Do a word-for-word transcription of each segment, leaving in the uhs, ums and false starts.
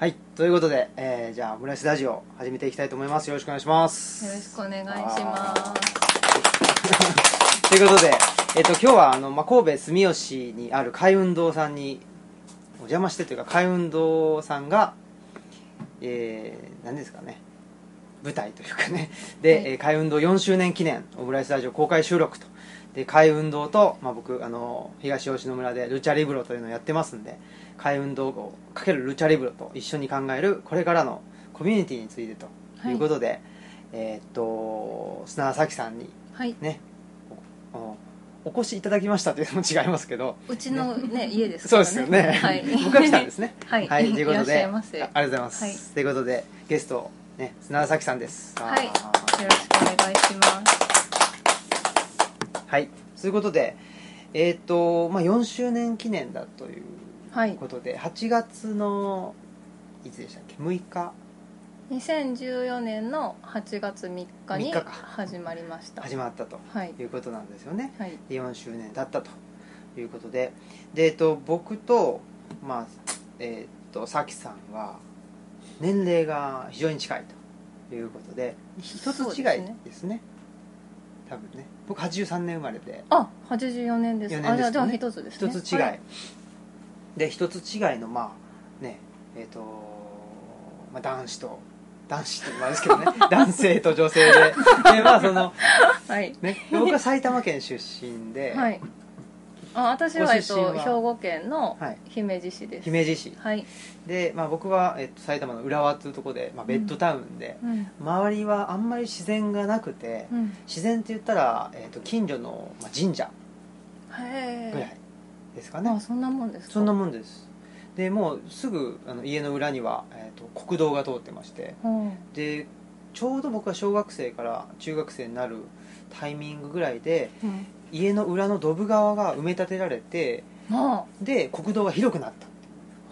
はい、ということで、えー、じゃあオムライスラジオ始めていきたいと思います。よろしくお願いします。 よろしくお願いします。 ということで、えー、と今日はあの、まあ、神戸住吉にある海運堂さんにお邪魔してというか、海運堂さんが、えー、何ですかね、舞台というかねで、はい、海運堂よんしゅうねん記念オムライスラジオ公開収録とで、海運堂と、まあ、僕あの東吉野村でルチャリブロというのをやってますんで、海運動をかけるルチャリブロと一緒に考えるこれからのコミュニティについてということで、はい、えー、っと砂田咲さんにね、はい、お, お越しいただきましたというのも違いますけど、 うちの、ねね、家ですからね。 そうですよね、はい、僕が来たんですねはい、はい、ということでいらっしゃいませ。 ありがとうございます、はい、ということでゲスト、ね、砂田咲さんです。 はい、よろしくお願いします。 はい、ということで、えーとまあ、よんしゅうねん記念だということで、はい、はちがつのいつでしたっけ、むいかにせんじゅうよねんのはちがつみっかに始まりました。 始まったということなんですよね、はい、でよんしゅうねん経ったということで、で、えー、と僕と、まあえー、とさきさんは年齢が非常に近いということで一つ違いですね、多分ね。僕はちじゅうさんねん生まれで、 あ、はちじゅうよねんです。よねんですね。あ、じゃあ一つですね。 一つ違い、はい、で一つ違いのまあねえっ、ー、と、まあ、男子と男子って言われですけどね男性と女性で、でまあその、はいね、僕は埼玉県出身で、はい、 あ、私は、えっと、兵庫県の姫路市です。 姫路市、 はい、 で、まあ、僕は、えっと、埼玉の浦和というところで、まあ、ベッドタウンで、うん、周りはあんまり自然がなくて、うん、自然って言ったら、えっと、近所の、まあ、神社ぐらいですかね。 あ、そんなもんですか。 そんなもんです。でもうすぐあの家の裏には、えっと、国道が通ってまして、うん、でちょうど僕は小学生から中学生になるタイミングぐらいで、うん、家の裏のドブ川が埋め立てられて、はあ、で国道が広くなった、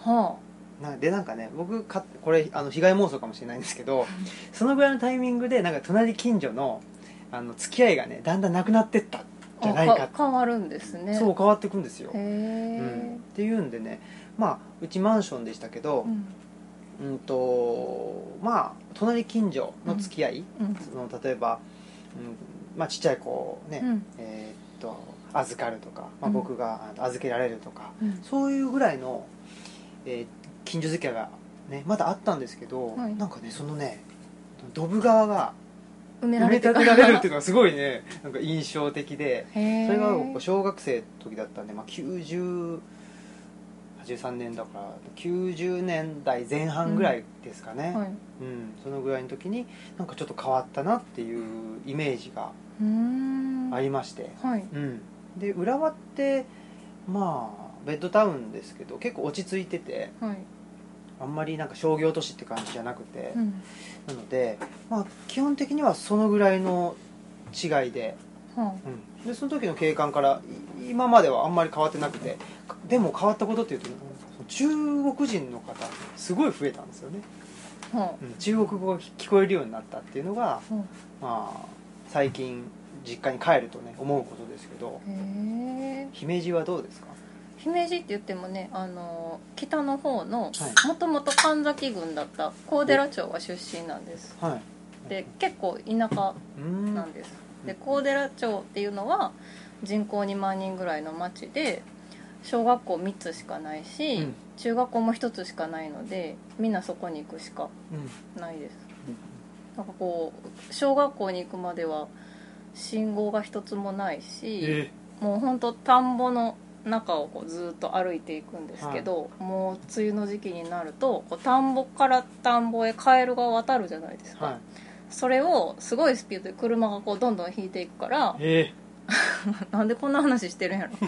はあ、なでなんかね、僕かこれあの被害妄想かもしれないんですけどそのぐらいのタイミングでなんか隣近所のあの付き合いがねだんだんなくなってったじゃないか、 変わるんですね。 そう変わっていくんですよ。へー、うん、っていうんでね、まあうちマンションでしたけど、うん、うんとまあ隣近所の付き合い、うん、その例えば、うん、まあちっちゃい子をね、うん、えー、っと預かるとか、まあ、僕が預けられるとか、うん、そういうぐらいの、えー、近所付き合いが、ね、まだあったんですけど、はい、なんかねそのねドブ川が埋め立てられるっていうのがすごいねなんか印象的で、それが小学生の時だったんで、まあ、きゅうじゅう、はちじゅうさんねんだからきゅうじゅうねんだいぜん半ぐらいですかね、うんはい、うん、そのぐらいの時になんかちょっと変わったなっていうイメージがありまして、はい、うん、で浦和ってまあベッドタウンですけど結構落ち着いてて、はい、あんまりなんか商業都市って感じじゃなくて、うん、なので、まあ、基本的にはそのぐらいの違いで、はあ、うん、でその時の景観から今まではあんまり変わってなくて、でも変わったことっていうと中国人の方すごい増えたんですよね、はあ、うん、中国語が聞こえるようになったっていうのが、はあ、まあ、最近実家に帰るとね思うことですけど、へ姫路はどうですか？ 姫路って言ってもね、あの北の方のもともと神崎郡だった高寺町が出身なんです、はい、で結構田舎なんです。で高寺町っていうのは人口にまんにんぐらいの町で小学校みっつしかないし、うん、中学校もひとつしかないのでみんなそこに行くしかないです、うん、なんかこう小学校に行くまでは信号が一つもないし、えー、もうほんと田んぼの中をこうずっと歩いていくんですけど、はい、もう梅雨の時期になるとこう田んぼから田んぼへカエルが渡るじゃないですか、はい、それをすごいスピードで車がこうどんどん引いていくから、えー、なんでこんな話してるんやろ、うん、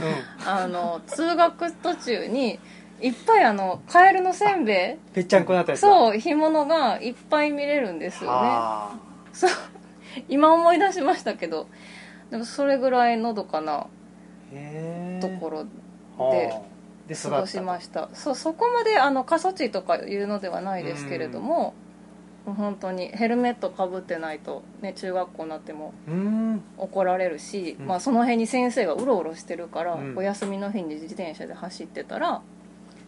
あの通学途中にいっぱいあのカエルのせんべいぺっちゃんこになったやつそう干物がいっぱい見れるんですよね。そう今思い出しましたけど、でもそれぐらいのどかなところで過ごしました。そ, そこまであの過疎地とかいうのではないですけれども、うん、本当にヘルメットかぶってないと、ね、中学校になっても怒られるし、うんまあ、その辺に先生がうろうろしてるから、うん、お休みの日に自転車で走ってたら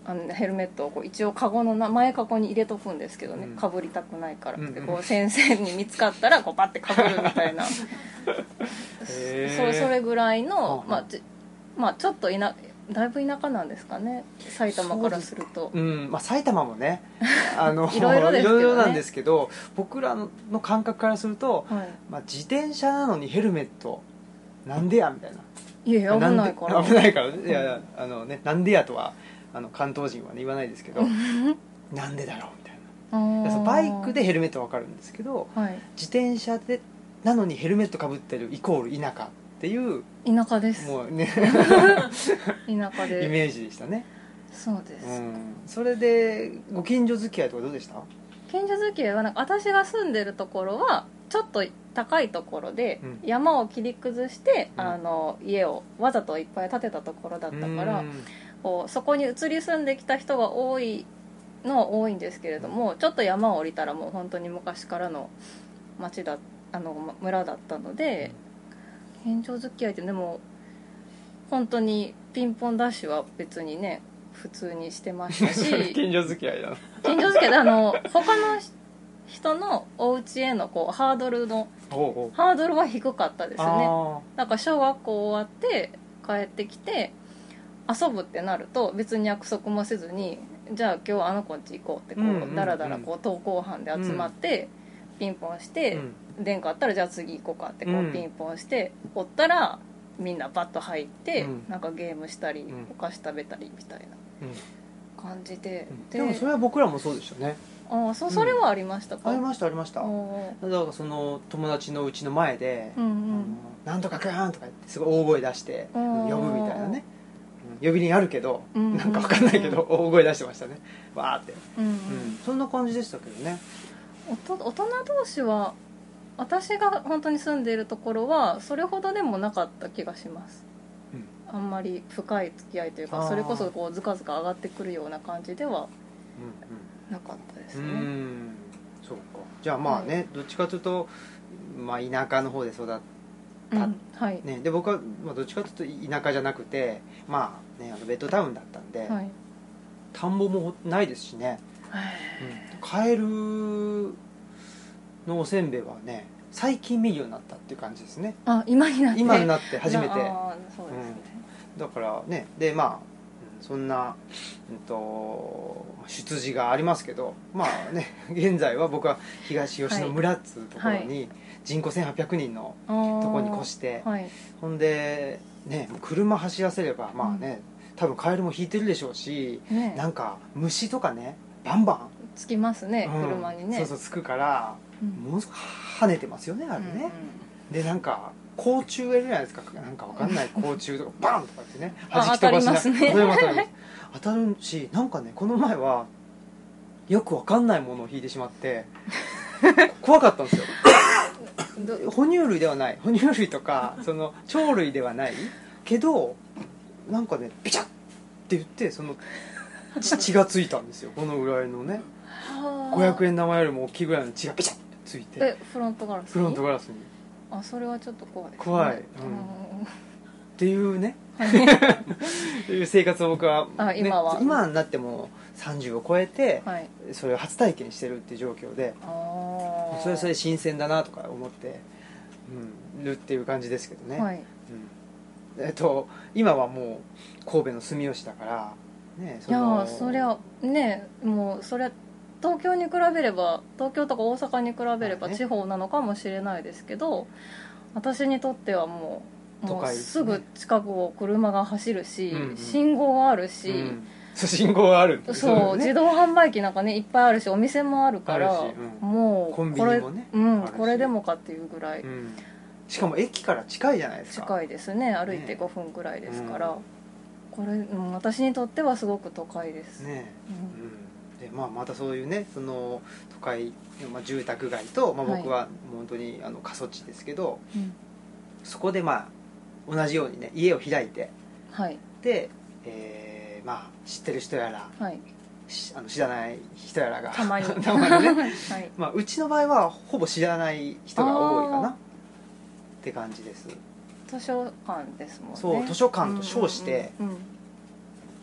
あのヘルメットをこう一応カゴのな前カゴに入れとくんですけどね、 うん、 かぶりたくないから、 うん、 でこう先生に見つかったらこうパッてかぶるみたいなそ, それぐらいの、まあ、ちまあちょっといなだいぶ田舎なんですかね、埼玉からすると。 う、うんまあ、埼玉もねあのいろいろですけどね、 いろいろなんですけど、僕らの感覚からすると、 はい、 まあ、自転車なのにヘルメットなんでやみたいな。 いや危ないから危ないからいやあの、ね、なんでやとはあの関東人は、ね、言わないですけどなんでだろうみたいな。そのバイクでヘルメットは分かるんですけど、はい、自転車でなのにヘルメットかぶってるイコール田舎っていう田舎ですもう、ね、 田舎でイメージでしたね。 そうです、うん、 それでご近所付き合いとかどうでした？ 近所付き合いはなんか私が住んでるところはちょっと高いところで山を切り崩して、うん、あの家をわざといっぱい建てたところだったから、うん、こうそこに移り住んできた人が多いのは多いんですけれども、ちょっと山を降りたらもう本当に昔からの町だあの村だったので、近所付き合いってでも本当にピンポンダッシュは別にね普通にしてましたし近所付き合いだな近所付き合いであの他の人のお家へのこうハードルのハードルは低かったですね。なんか小学校終わって帰ってきて遊ぶってなると別に約束もせずに、じゃあ今日あの子ん家行こうってこうだらだらこう登校班で集まってピンポンして出んかったらじゃあ次行こうかってこうピンポンしておったらみんなバッと入ってなんかゲームしたりお菓子食べたりみたいな感じで、 でもそれは僕らもそうでしたね。 ああ そ, それはありましたか？ うん、ありましたありました。だからその友達のうちの前で、うんうん、なんとかくんとか言ってすごい大声出して呼ぶみたいなね、呼び鈴あるけど、うんうん、なんか分かんないけど大声出してましたね、わーって、うんうんうん、そんな感じでしたけどね。 おと大人同士は私が本当に住んでいるところはそれほどでもなかった気がします、うん、あんまり深い付き合いというかそれこそこうずかずか上がってくるような感じではなかったですね、うんうん、 うんそうか。じゃあまあね、はい、どっちかというと、まあ、田舎の方で育った、うんはいね、で僕はまあどっちかというと田舎じゃなくて、まあね、あのベッドタウンだったんで、はい、田んぼもないですしね、うん、カエルのおせんべいはね最近見るようになったっていう感じですね。 あ今になって今になって初めて。 あそうですね、 うん、だからねでまあそんな、うんと、出自がありますけど、まあね現在は僕は東吉野村っつうところに、はい、人口せんはっぴゃくにんのところに越して、はい、ほんでね車走らせればまあね、うん、多分カエルも引いてるでしょうし、ね、なんか虫とかねバンバンつきますね、うん、車にね。 そうそうつくから、うん、ものすごく跳ねてますよねあれね、うんうん、でなんか甲虫がいるじゃないですか、なんかわかんない甲虫とかバンとかってね弾き飛ばしな当たりますね当たるし、なんかねこの前はよくわかんないものを引いてしまって怖かったんですよ哺乳類ではない、哺乳類とかその鳥類ではないけどなんかねピチャッって言ってその血がついたんですよ、このぐらいのねごひゃくえん玉よりも大きいぐらいの血がピチャッてついて、 えフロントガラスにフロントガラスにあそれはちょっと怖いですね。 怖い、うん、っていうねっていう生活を僕は、ね、 あ今は今になってもさんじゅうを超えて、はい、それを初体験してるっていう状況で、あそれはそれ新鮮だなとか思って、うん、るっていう感じですけどね、はいうんえっと、今はもう神戸の住吉だから、ね、そのいやそりゃねもうそれは東京に比べれば東京とか大阪に比べれば地方なのかもしれないですけど、ね、私にとってはもう、もうすぐ近くを車が走るし、うんうん、信号あるし、うん、 そう信号があるそう、ね、自動販売機なんかねいっぱいあるしお店もあるから、うん、もうコンビニもねこれ、うん、これでもかっていうぐらい、うん、 しかも駅から近いじゃないですか。 近いですね、歩いてごふんぐらいですから、ねうん、これ、うん、私にとってはすごく都会ですね、うんうんでまあ、またそういうねその都会、まあ、住宅街と、まあ、僕は本当にあの過疎地ですけど、はい、そこでまあ同じようにね家を開いて、はい、で、えーまあ、知ってる人やら、はい、あの知らない人やらがたまにたまにね、はいまあ、うちの場合はほぼ知らない人が多いかなって感じです。 図書館ですもんね。 そう図書館と称して、うんうんうん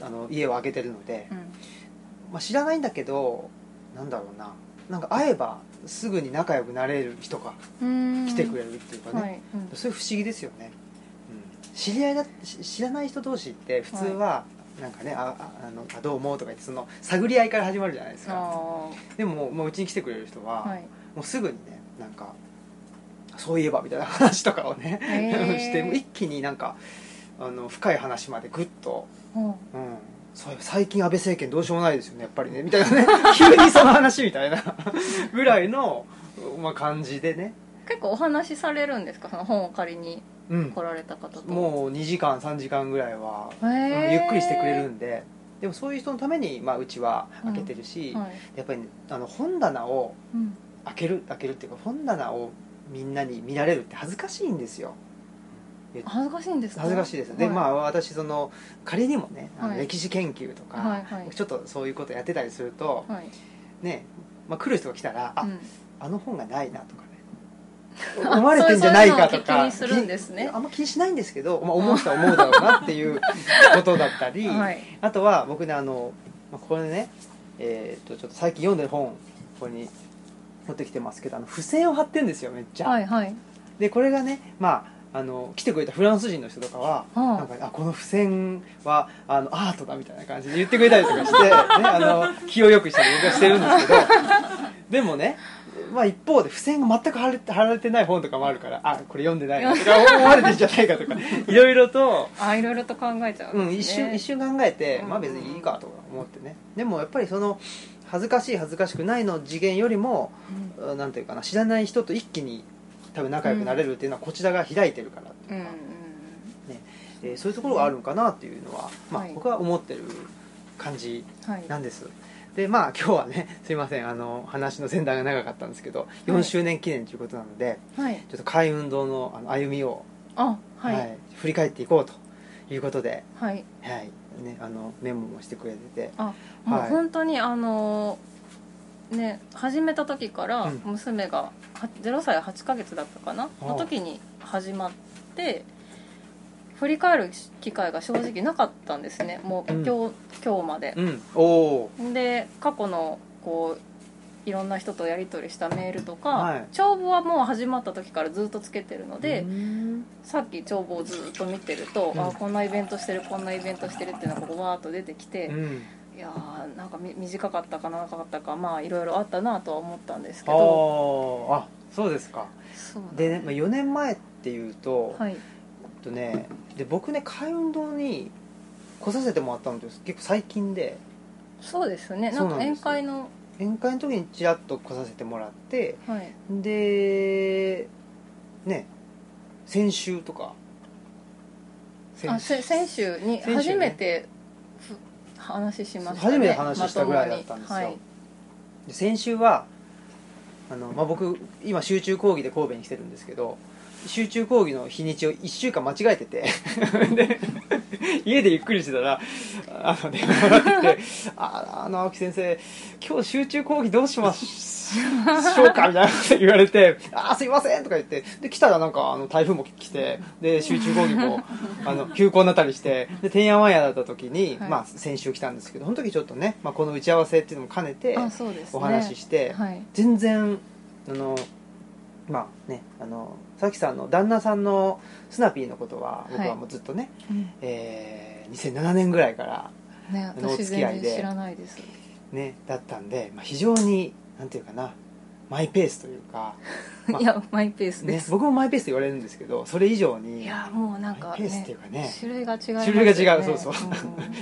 あの家を空けてるので、 うん、 まあ、知らないんだけどなんだろうな、なんか会えばすぐに仲良くなれる人が来てくれるっていうかね、はい、うん、それ不思議ですよね、うん、知り合いだ知らない人同士って普通はなんかね、はい、ああのあどう思うとか言ってその探り合いから始まるじゃないですか。でももううちに来てくれる人は、はい、もうすぐにねなんかそういえばみたいな話とかをねして一気になんかあの深い話までグッと、うん、うん、そう最近安倍政権どうしようもないですよねやっぱりねみたいなね急にその話みたいなぐらいの、まあ、感じでね。 結構お話しされるんですか、その本を借りに来られた方と、 うん、もうにじかんさんじかんぐらいは、うん、ゆっくりしてくれるんで。でもそういう人のために、まあ、うちは開けてるし、うん、はい、やっぱり、ね、あの本棚を開ける、開けるっていうか本棚をみんなに見られるって恥ずかしいんですよ。 恥ずかしいんですか。 恥ずかしいです、はい、でまあ私その仮にもねあの歴史研究とか、はいはいはい、ちょっとそういうことやってたりすると、はい、ね、まあ、来る人が来たら、あ、うん、あの本がないなとかね思われてんじゃないかとか気にするんですね。 あんま気にしないんですけど、まあ、思う人は思うだろうなっていうことだったり、はい、あとは僕ねあの、まあ、これね、えー、とちょっと最近読んでる本ここに持ってきてますけど、あの付箋を貼ってるんですよめっちゃ、はいはい、でこれがね、まあ、あの来てくれたフランス人の人とかは、はあ、なんかあこの付箋はあのアートだみたいな感じで言ってくれたりとかして、ね、あの気を良くしたり僕はしてるんですけどでもね、まあ、一方で付箋が全く貼られて、貼られてない本とかもあるから、あこれ読んでないなとか思われてるんじゃないかとかいろいろとあいろいろと考えちゃう、ね、 うん、一瞬一瞬考えて、まあ別にいいかとか思ってね。でもやっぱりその恥ずかしい恥ずかしくないの次元よりも、うん、なんていうかな、知らない人と一気に多分仲良くなれるっていうのはこちらが開いてるからっていうか、うんね、えー、そういうところがあるのかなっていうのは、まあ、僕は思ってる感じなんです、はい、でまあ今日はねすいませんあの話の前段が長かったんですけどよんしゅうねん記念ということなので、はい、ちょっと海運動 の, あの歩みを、あ、はいはい、振り返っていこうということで、はいはいね、あのメモもしてくれてて、あ、 もう本当にあのね、始めた時から娘がゼロさいはちかげつだったかな、うん、の時に始まって振り返る機会が正直なかったんですね、もう今日、うん、今日まで、うん、おで過去のこういろんな人とやり取りしたメールとか、はい、帳簿はもう始まった時からずっとつけてるので、さっき帳簿をずっと見てると、うん、あこんなイベントしてるこんなイベントしてるっていうのがここわーっと出てきて、うん、いやーなんか短かったか長かったかまあいろいろあったなとは思ったんですけど、 ああそうですか。そうで、ね、まあ、よねんまえっていうと、はい、えっとね、で僕ね海運堂に来させてもらったのって結構最近で、 そうですね、なんか宴会の宴会の時にちらっと来させてもらって、はい、でね先週とか先あせ先週に初めて、ね、話しましたね。 初めて話したぐらいだったんですよ、はい、で先週はあの、まあ、僕今集中講義で神戸に来てるんですけど集中講義の日にちをいっしゅうかん間違えててで家でゆっくりしてたらあの電話がかかってきてあの青木先生今日集中講義どうしましょうかみたいなこと言われてあすいませんとか言ってで来たらなんかあの台風も来てで集中講義もあの休講になったりしてでてんやわんやだった時に、はい、まあ、先週来たんですけどその時ちょっとね、まあ、この打ち合わせっていうのも兼ねてお話しして、ねはい、全然あのまあねあのさきさんの旦那さんのスナピーのことは僕はもうずっとね、はい、えー、にせんななねんぐらいからのお付き合いで、 ね、私全然知らないです、 ね、だったんで、まあ、非常になんていうかなマイペースというか、 まあ、いやマイペースです、 ね、僕もマイペースと言われるんですけどそれ以上にいやもうなんか、ね、 マイペースっていうかね種類が違いますよね、 種類が違うそうそう、うん、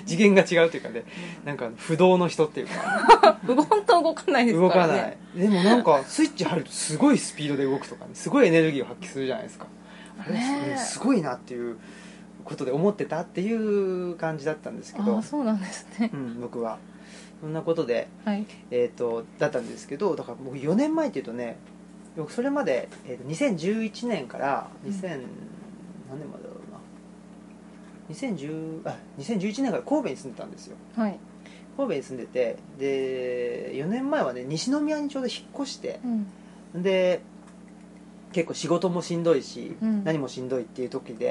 次元が違うというかね、うん、なんか不動の人っていうか本当動かないですからね。動かないでもなんかスイッチ入るとすごいスピードで動くとかねすごいエネルギーを発揮するじゃないですか、あれ、ね、すごいなっていうことで思ってたっていう感じだったんですけど、 あそうなんですね、 うん、僕はそんなことで、はい、えー、とだったんですけどだから僕よねんまえっていうとね僕それまで、えー、とにせんじゅういちねんからにせん、うん、何年までだろうなにせんじゅうあにせんじゅういちねんから神戸に住んでたんですよ、はい、神戸に住んでてでよねんまえはね西宮にちょうど引っ越して、うん、で結構仕事もしんどいし、うん、何もしんどいっていう時で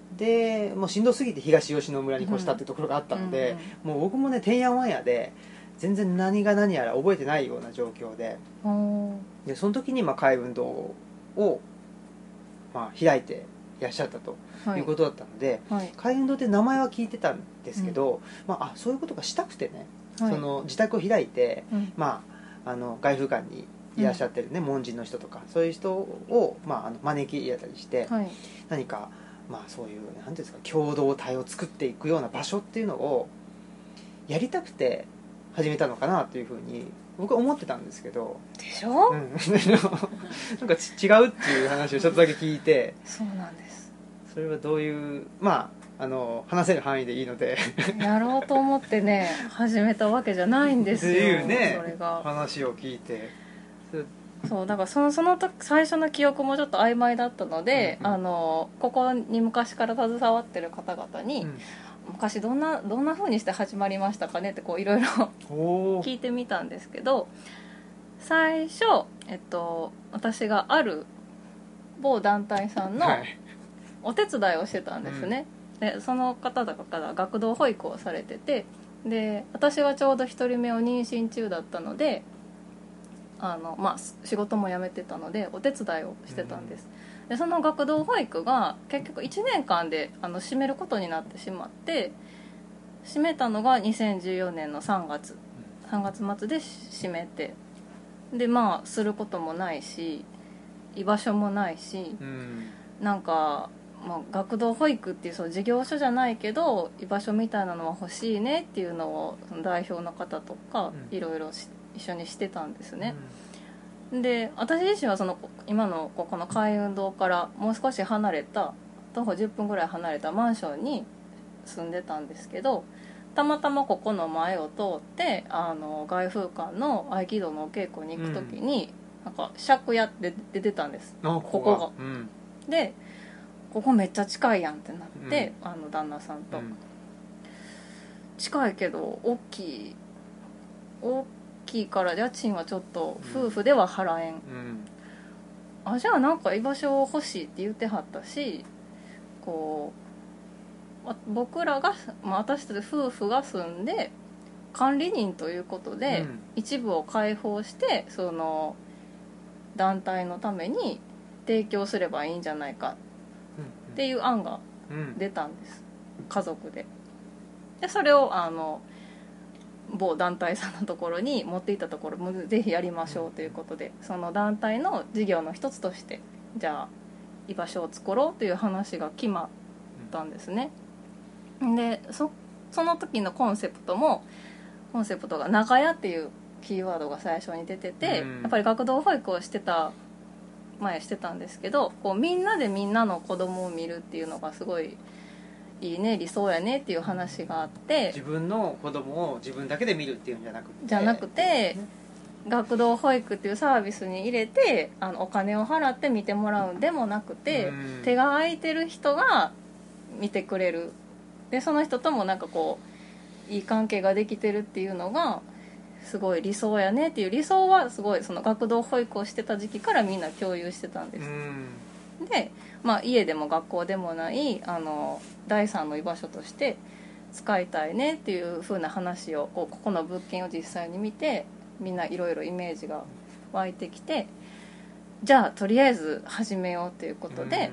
でもうしんどすぎて東吉野村に越したっていうところがあったので、うんうん、もう僕もねてんやわんやで全然何が何やら覚えてないような状況で、でその時にまあ海運動をまあ開いていらっしゃったということだったので、はいはい、海運動って名前は聞いてたんですけど、うんまあ、あそういうことがしたくてね、はい、その自宅を開いて、うんまあ、あの外風館にいらっしゃってるね、うん、門人の人とかそういう人を、まあ、あの招き入れたりして、はい、何か、まあ、そういう何ていうんですか共同体を作っていくような場所っていうのをやりたくて始めたのかなというふうに僕は思ってたんですけど、 でしょ、うん、 なんか違うっていう話をちょっとだけ聞いてそうなんです。 それはどういうまああの話せる範囲でいいのでやろうと思ってね始めたわけじゃないんですよっていうねそれが話を聞いてそうだからその、その時最初の記憶もちょっと曖昧だったので、うんうん、あのここに昔から携わってる方々に、うん昔どんなどんな風にして始まりましたかねってこういろいろ聞いてみたんですけど、最初、えっと、私がある某団体さんのお手伝いをしてたんですね、はい、でその方々から学童保育をされてて、で私はちょうどひとりめを妊娠中だったのであの、まあ、仕事も辞めてたのでお手伝いをしてたんです、うんでその学童保育が結局いちねんかんであの閉めることになってしまって閉めたのがにせんじゅうよねんのさんがつさんがつ末で閉めてでまあすることもないし居場所もないし、うん、なんか、まあ、学童保育っていうそう事業所じゃないけど居場所みたいなのは欲しいねっていうのをその代表の方とかいろいろ一緒にしてたんですね、うんで私自身はその今のここの海運堂からもう少し離れた徒歩じゅっぷんぐらい離れたマンションに住んでたんですけどたまたまここの前を通ってあの外風館の合気道のお稽古に行く時に、うん、なんか借家って出てたんですここが、うん、でここめっちゃ近いやんってなって、うん、あの旦那さんと、うん、近いけど大きい大きい大きいから家賃はちょっと夫婦では払えん、うん、あじゃあなんか居場所欲しいって言ってはったしこう僕らが、まあ、私たち夫婦が住んで管理人ということで、うん、一部を開放してその団体のために提供すればいいんじゃないかっていう案が出たんです、うん、家族で。でそれをあの某団体さんのところに持っていったところもぜひやりましょうということでその団体の事業の一つとしてじゃあ居場所を作ろうという話が決まったんですね。で そ, その時のコンセプトもコンセプトが長屋っていうキーワードが最初に出てて、やっぱり学童保育をしてた前してたんですけどこうみんなでみんなの子供を見るっていうのがすごいいいね理想やねっていう話があって自分の子供を自分だけで見るっていうんじゃなくてじゃなくて学童保育っていうサービスに入れてあのお金を払って見てもらうんでもなくて手が空いてる人が見てくれるでその人ともなんかこういい関係ができてるっていうのがすごい理想やねっていう理想はすごいその学童保育をしてた時期からみんな共有してたんですで、まあ、家でも学校でもないあの第三の居場所として使いたいねっていう風な話をこうここの物件を実際に見てみんないろいろイメージが湧いてきてじゃあとりあえず始めようということで、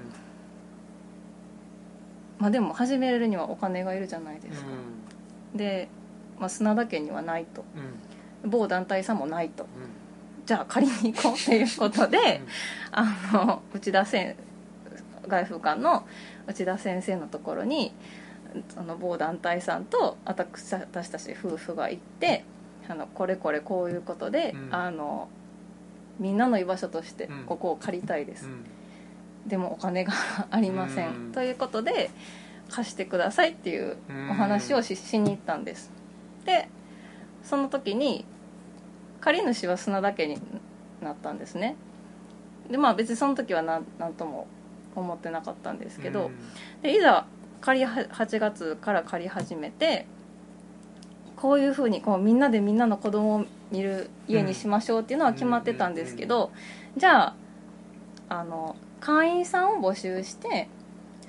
まあ、でも始めるにはお金がいるじゃないですかで、まあ、砂田家にはないと、うん、某団体さんもないと、うん、じゃあ借りに行こうということで、うん、あの内田先外風館の内田先生のところにその某団体さんと私私たち夫婦が行ってあのこれこれこういうことで、うん、あのみんなの居場所としてここを借りたいです、うん、でもお金がありません、うん、ということで貸してくださいっていうお話を し, しに行ったんです。でその時に借り主は砂田家になったんですね。でまあ別にその時は何とも思ってなかったんですけど、でいざ借りはちがつから借り始めてこういうふうにこうみんなでみんなの子供を見る家にしましょうっていうのは決まってたんですけど、じゃあ、あの会員さんを募集して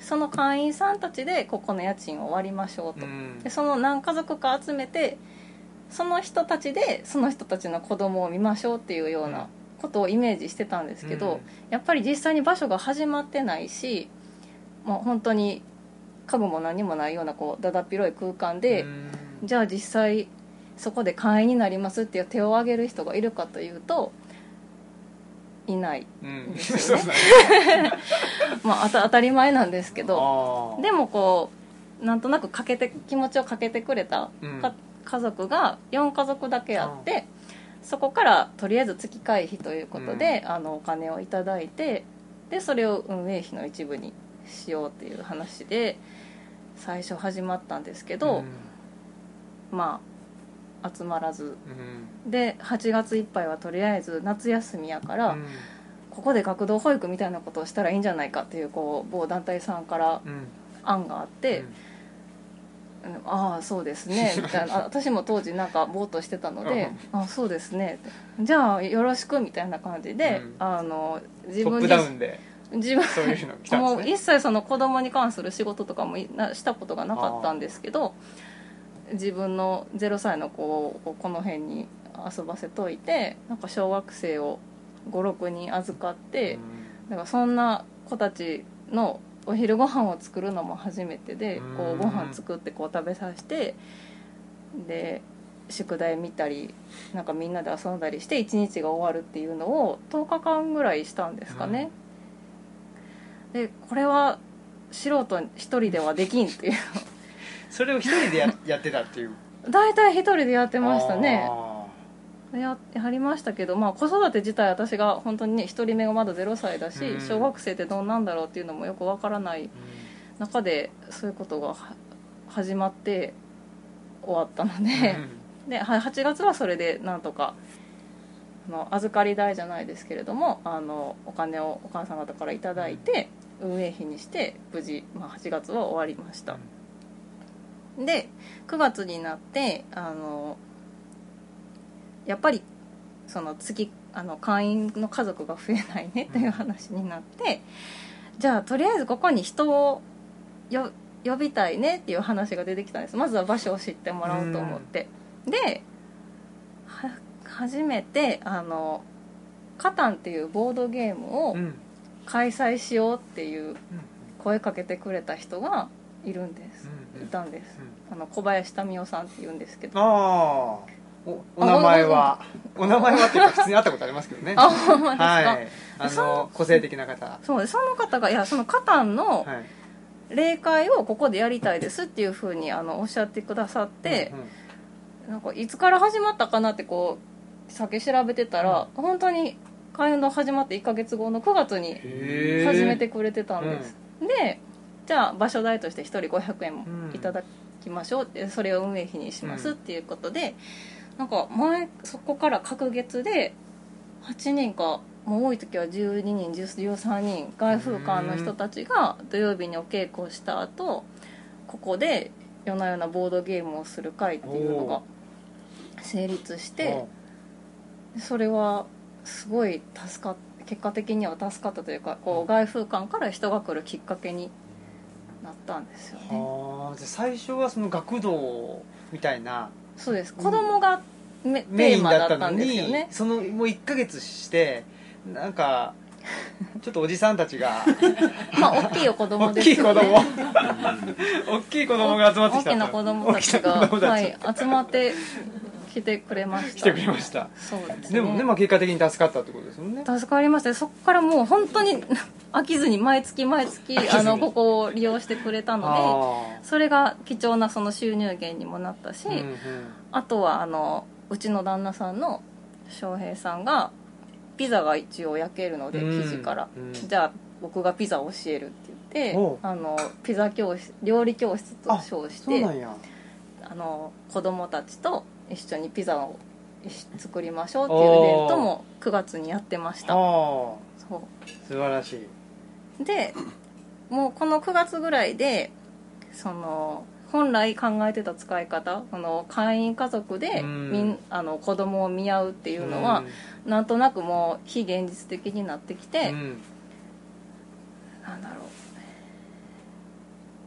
その会員さんたちでここの家賃を割りましょうと、うん、でその何家族か集めてその人たちでその人たちの子供を見ましょうっていうようなことをイメージしてたんですけど、うん、やっぱり実際に場所が始まってないし、もう本当に家具も何もないようなこうだだっ広い空間で、うん、じゃあ実際そこで会員になりますっていう手を挙げる人がいるかというといないんですよね、うん、まあ、当たり前なんですけど、でもこうなんとなくかけて気持ちをかけてくれた、うん、家族がよん家族だけあって、そこからとりあえず月会費ということで、うん、あのお金をいただいて、でそれを運営費の一部にしようっていう話で最初始まったんですけど、うん、まあ集まらず、うん、ではちがついっぱいはとりあえず夏休みやから、うん、ここで学童保育みたいなことをしたらいいんじゃないかっていうこう某団体さんから案があって、うんうん、ああそうですねみたいな私も当時なんかぼーっとしてたのでああそうですねじゃあよろしくみたいな感じで、うん、あの自分トップダウンで自分そういうの来たんですね。もう一切その子供に関する仕事とかもしたことがなかったんですけど、自分のゼロさいの子をこの辺に遊ばせといて、なんか小学生をごろくにん預かって、うん、だからそんな子たちのお昼ご飯を作るのも初めてで、こうご飯作ってこう食べさせて、で宿題見たりなんかみんなで遊んだりしていちにちが終わるっていうのをとおかかんぐらいしたんですかね、うん、でこれは素人一人ではできんっていうそれを一人で や, やってたっていう大体一人でやってましたね。や, やりましたけど、まあ、子育て自体私が本当にね一人目がまだゼロさいだし、うん、小学生ってどうなんだろうっていうのもよくわからない中でそういうことが始まって終わったので、うん、ではちがつはそれでなんとかあの預かり代じゃないですけれどもあのお金をお母さん方からいただいて、うん、運営費にして無事、まあ、はちがつは終わりました、うん、でくがつになってあのやっぱりその月あの会員の家族が増えないねという話になって、うん、じゃあとりあえずここに人をよ呼びたいねっていう話が出てきたんです。まずは場所を知ってもらおうと思って、うん、では初めてあのカタンっていうボードゲームを開催しようっていう声かけてくれた人がいるんです、うん、いたんです、うん、あの小林民夫さんっていうんですけど、 あお, お名前はお名前はっていうか普通に会ったことありますけどねあ、ほんまですか、 はい、あの個性的な方、 そうその方がいやそのカタンの例会をここでやりたいですっていうふうにあのおっしゃってくださって、うんうん、なんかいつから始まったかなってこう先調べてたら、うん、本当に会運動始まっていっかげつごのくがつに始めてくれてたんです、うん、でじゃあ場所代としてひとりごひゃくえんもいただきましょうって、それを運営費にしますっていうことで、うん、なんか前そこから隔月ではちにんかもう多い時はじゅうににんじゅうさんにん外風館の人たちが土曜日にお稽古をした後ここで夜な夜なボードゲームをする会っていうのが成立して、それはすごい助かっ結果的には助かったというかこう外風館から人が来るきっかけになったんですよね。 はあ、最初はその学童みたいなそうです子供がメインだったんですよね。 そのもういっかげつしてなんかちょっとおじさんたちがまあ大きいお子供ですよね。 大きい子供が集まってきた大きな子供たちが、はい、集まって来てくれました。 来てくれました。 そうですね。 でもね、まあ、結果的に助かったってことですもんね。 助かりました。そこからもう本当に飽きずに毎月毎月あのここを利用してくれたので、それが貴重なその収入源にもなったし、うんうん、あとはあのうちの旦那さんの翔平さんがピザが一応焼けるので生地から、うんうん、じゃあ僕がピザを教えるって言ってあのピザ教室料理教室と称してあの子供たちと一緒にピザを作りましょうっていうイベントもくがつにやってました。 そう素晴らしい。でもうこのくがつぐらいでその本来考えてた使い方あの会員家族でみんあの子供を見合うっていうのはなんとなくもう非現実的になってきて、うん、なんだろう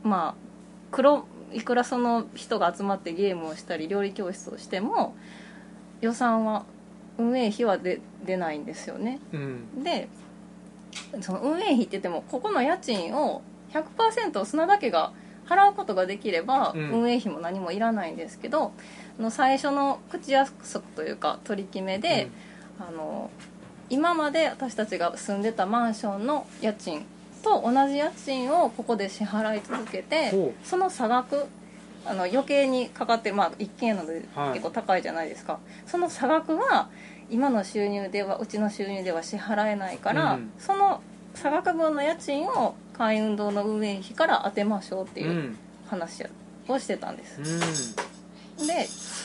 まあ黒いくらその人が集まってゲームをしたり料理教室をしても予算は運営費はで出ないんですよね、うん、でその運営費って言ってもここの家賃を ひゃくパーセント 砂田家が払うことができれば、うん、運営費も何もいらないんですけどの最初の口約束というか取り決めで、うん、あの今まで私たちが住んでたマンションの家賃と同じ家賃をここで支払い続けてその差額あの余計にかかってる、まあ、一軒家なので結構高いじゃないですか、はい、その差額は今の収入ではうちの収入では支払えないから、うん、その差額分の家賃を会運動の運営費から当てましょうっていう話をしてたんです、うん、で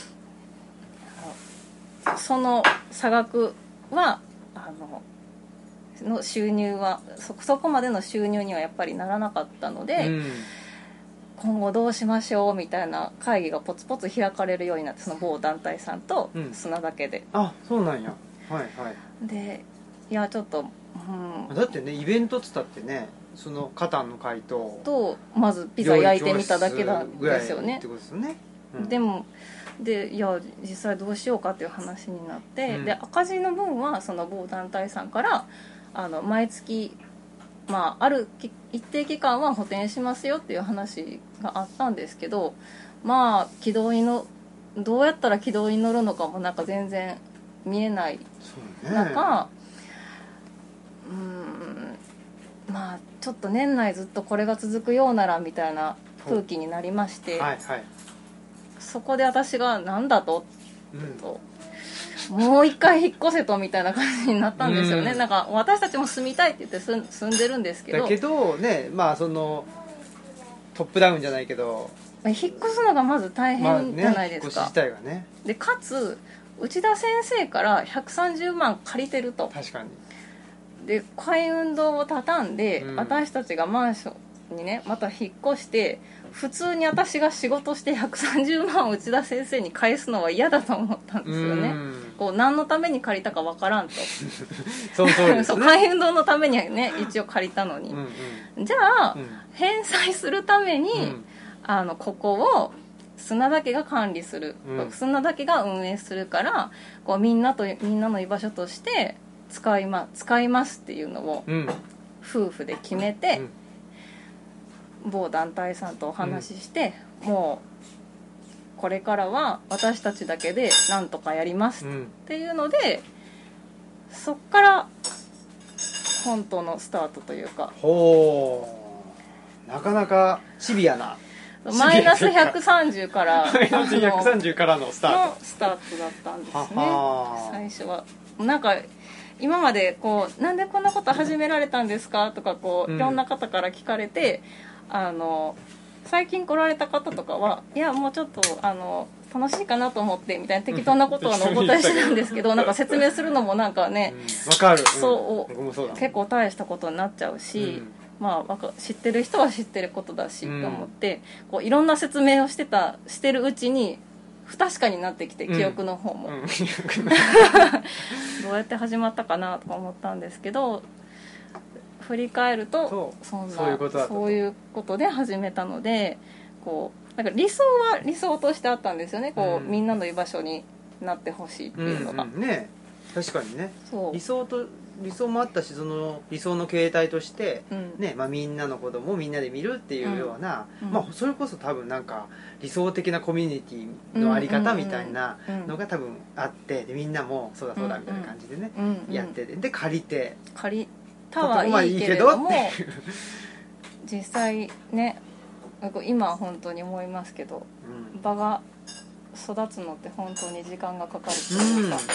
その差額はあのの収入は そ, そこまでの収入にはやっぱりならなかったので、うん、今後どうしましょうみたいな会議がポツポツ開かれるようになってその某団体さんと砂だけで、 うん、あそうなんやはいはいでいやちょっと、 うん、だってねイベントっつったってねそのカタンの会ととまずピザ焼いてみただけなんですよねってことですよね、うん、でもでいや実際どうしようかっていう話になって、うん、で赤字の分はその某団体さんからあの毎月、まあ、ある一定期間は補填しますよっていう話があったんですけどまあ軌道にのどうやったら軌道に乗るのかもなんか全然見えない中、うーんまあちょっと年内ずっとこれが続くようならみたいな空気になりまして、はいはい、そこで私がなんだと、うん、ともう一回引っ越せとみたいな感じになったんですよね、うん、なんか私たちも住みたいって言って住んでるんですけどだけどねまあそのトップダウンじゃないけど引っ越すのがまず大変じゃないですか、 まあね、引っ越し自体がねでかつ内田先生からひゃくさんじゅうまん借りてると確かにで会運動を畳んで、うん、私たちがマンションにねまた引っ越して普通に私が仕事してひゃくさんじゅうまんを内田先生に返すのは嫌だと思ったんですよね、こう何のために借りたかわからんとその通りですねそう会運動のためにはね一応借りたのに、うんうん、じゃあ、うん、返済するために、うん、あのここを砂田家が管理する、うん、砂田家が運営するからこうみんなとみんなの居場所として使いま、使いますっていうのを、うん、夫婦で決めて、うん、某団体さんとお話しして、うん、もうこれからは私たちだけでなんとかやりますっていうので、うん、そっから本当のスタートというかほうなかなかシビアなマイナスひゃくさんじゅうからマイナスひゃくさんじゅうからのスタートのスタートだったんですね。はは最初はなんか今までこうなんでこんなこと始められたんですかとかこういろんな方から聞かれて、うん、あの最近来られた方とかはいやもうちょっとあの楽しいかなと思ってみたいな適当なことをお答えしてたんですけど、うん、なんか説明するのもなんかね、 うん、分かる、 そう、 うん、そう結構大したことになっちゃうし、うんまあ、知ってる人は知ってることだし、うん、と思ってこういろんな説明をしてたしてるうちに不確かになってきて記憶の方も、うんうん、どうやって始まったかなとか思ったんですけど振り返るとそんなそういうことだったとそういうことで始めたのでこうなんか理想は理想としてあったんですよねこう、うん、みんなの居場所になってほしいっていうのが、 うんうん、ね確かにねそう理想と理想もあったしその理想の形態として、うんねまあ、みんなの子供をみんなで見るっていうような、うんまあ、それこそ多分なんか理想的なコミュニティのあり方みたいなのが多分あってでみんなもそうだそうだみたいな感じでね、うんうん、やっててで借りて借りたはいいけれども実際ね今は本当に思いますけど、うん、場が育つのって本当に時間がかかるというか、うん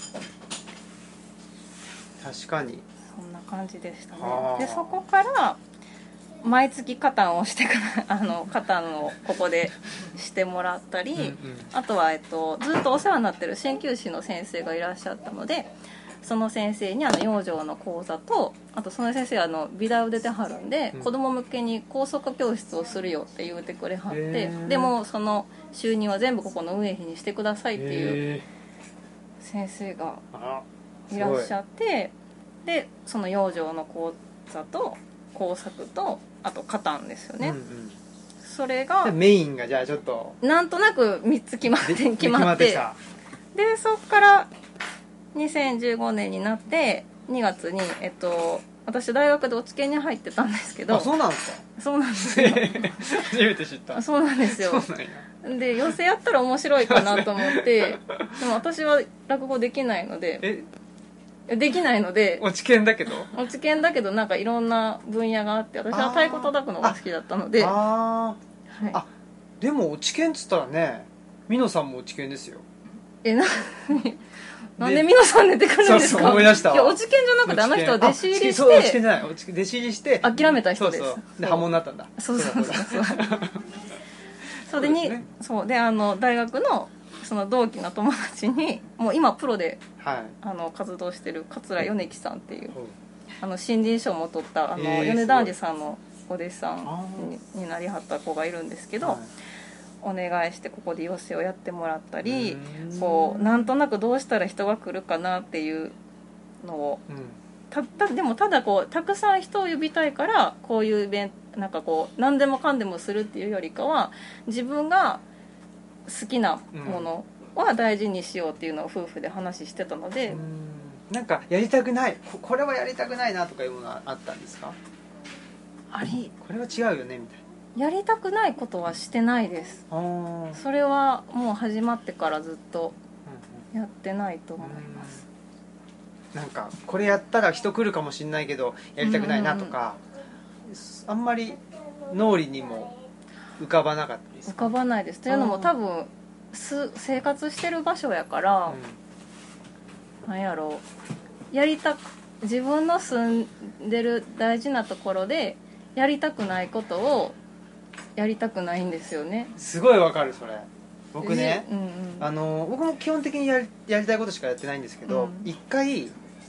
確かにそんな感じでしたねでそこから毎月カタンをしてからあのカタンをここでしてもらったりうん、うん、あとは、えっと、ずっとお世話になってる鍼灸師の先生がいらっしゃったのでその先生にあの養生の講座とあとその先生はあの美大を出てはるんで、うん、子供向けに高速教室をするよって言うてくれはってでもその収入は全部ここの運営費にしてくださいっていう先生がいらっしゃってでその養生の講座と工作とあとカタンですよね、うんうん、 それがメインがじゃあちょっとなんとなくみっつ決まって決まって決まってでそっからにせんじゅうごねんになってにがつに、えっと、私大学で落研に入ってたんですけど。 あ、そうなんですか。 そうなんですよ初めて知った。 そうなんですよ。 そうなんや。 で寄席やったら面白いかなと思ってでも私は落語できないのでえできないので落研だけど落研だけどなんかいろんな分野があって私は太鼓叩くのが好きだったので。 ああ、 はい、 あでも落研っつったらね美濃さんも落研ですよ。 えななんで美濃さん出てくるんですか。 そうそう思い出したわ。 いや落研じゃなくてあの人は弟子入りしてそう落研じゃない弟子入りして諦めた人です。 そうそうで破門になったんだ。 そうそうそうそうそうでに、ね、そうであの大学のその同期の友達にもう今プロで、はい、あの活動してる桂米木さんっていう、うん、あの新人賞も取ったあの、えー、米團次さんのお弟子さん に, になりはった子がいるんですけど、はい、お願いしてここで寄席をやってもらったりこうなんとなくどうしたら人が来るかなっていうのを、うん、たたでもただこうたくさん人を呼びたいからこういうイベントなんかこう何でもかんでもするっていうよりかは自分が好きなものは大事にしようっていうのを夫婦で話してたので、うん、 なんかやりたくないこれはやりたくないなとかいうものはあったんですか。 ありこれは違うよねみたいな。 やりたくないことはしてないです。それはもう始まってからずっとやってないと思います、 うんうん、なんかこれやったら人来るかもしれないけどやりたくないなとか、うんうんうん、あんまり脳裏にも浮かばなかったですか。 浮かばないです。というのも多分す生活してる場所やから、うん、なんやろうやりた自分の住んでる大事なところでやりたくないことをやりたくないんですよね。 すごいわかるそれ。僕ね、 うんうん、 あの僕も基本的にやり、やりたいことしかやってないんですけど、一、うん、回